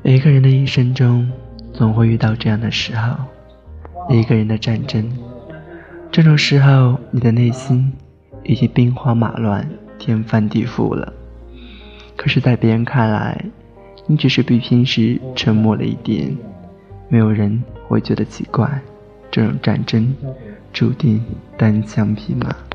每个人的一生中总会遇到这样的时候，一个人的战争。这种时候，你的内心已经兵荒马乱，天翻地覆了。可是在别人看来，你只是比平时沉默了一点，没有人会觉得奇怪。这种战争注定单枪匹马。